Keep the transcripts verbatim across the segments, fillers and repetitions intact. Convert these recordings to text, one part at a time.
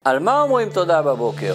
על מה אומרים תודה בבוקר?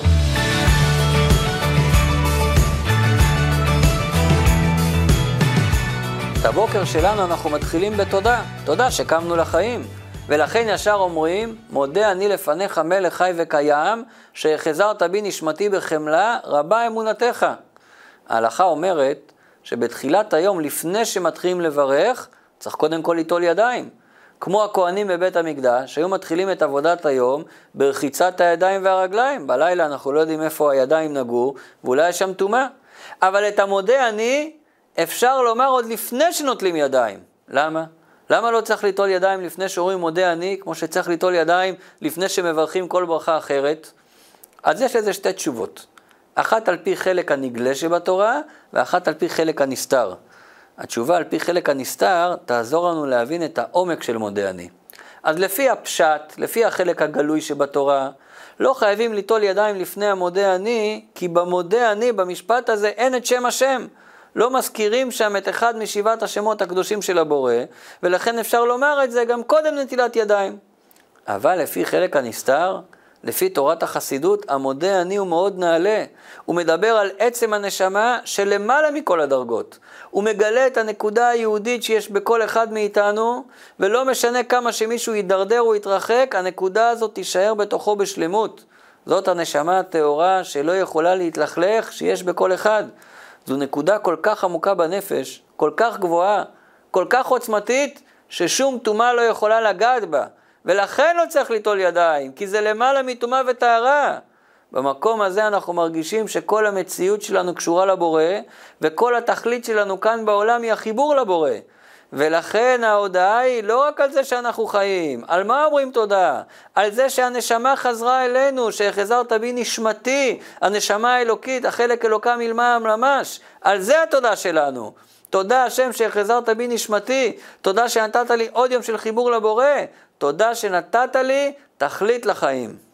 את הבוקר שלנו אנחנו מתחילים בתודה, תודה שקמנו לחיים. ולכן ישר אומרים, מודה אני לפניך מלך חי וקיים, שהחזרת בי נשמתי בחמלה, רבה אמונתך. ההלכה אומרת שבתחילת היום, לפני שמתחילים לברך, צריך קודם כל ליטול ידיים. כמו הכהנים בבית המקדש, שהיו מתחילים את עבודת היום ברחיצת הידיים והרגליים. בלילה אנחנו לא יודעים איפה הידיים נגעו, ואולי יש שם טומאה. אבל את המודה אני אפשר לומר עוד לפני שנוטלים ידיים. למה? למה לא צריך ליטול ידיים לפני שאומרים מודה אני, כמו שצריך ליטול ידיים לפני שמברכים כל ברכה אחרת? אז יש לזה שתי תשובות. אחת על פי חלק הנגלה שבתורה, ואחת על פי חלק הנסתר. התשובה על פי חלק הנסתר תעזור לנו להבין את העומק של מודה אני. אז לפי הפשט, לפי החלק הגלוי שבתורה, לא חייבים ליטול ידיים לפני המודה אני, כי במודה אני, במשפט הזה, אין את שם השם. לא מזכירים שם את אחד משבעת השמות הקדושים של הבורא, ולכן אפשר לומר את זה גם קודם נטילת ידיים. אבל לפי חלק הנסתר, לפי תורת החסידות, המודה אני הוא מאוד נעלה. הוא מדבר על עצם הנשמה שלמעלה מכל הדרגות. הוא מגלה את הנקודה היהודית שיש בכל אחד מאיתנו, ולא משנה כמה שמישהו ידרדר או יתרחק, הנקודה הזאת תישאר בתוכו בשלמות. זאת הנשמה הטהורה שלא יכולה להתלכלך שיש בכל אחד. זו נקודה כל כך עמוקה בנפש, כל כך גבוהה, כל כך עוצמתית, ששום טומאה לא יכולה לגעת בה. ולכן לא צריך ליטול ידיים, כי זה למעלה מטומאה וטהרה. במקום הזה אנחנו מרגישים שכל המציאות שלנו קשורה לבורא, וכל התכלית שלנו כאן בעולם היא החיבור לבורא. ולכן ההודעה היא לא רק על זה שאנחנו חיים. על מה אומרים תודה? על זה שהנשמה חזרה אלינו, שהחזרת בי נשמתי, הנשמה האלוקית, החלק אלוקה מלמעלה ממש. על זה התודה שלנו. תודה השם שהחזרת בי נשמתי, תודה שנתת לי עוד יום של חיבור לבורא, תודה שנתת לי תכלית לחיים.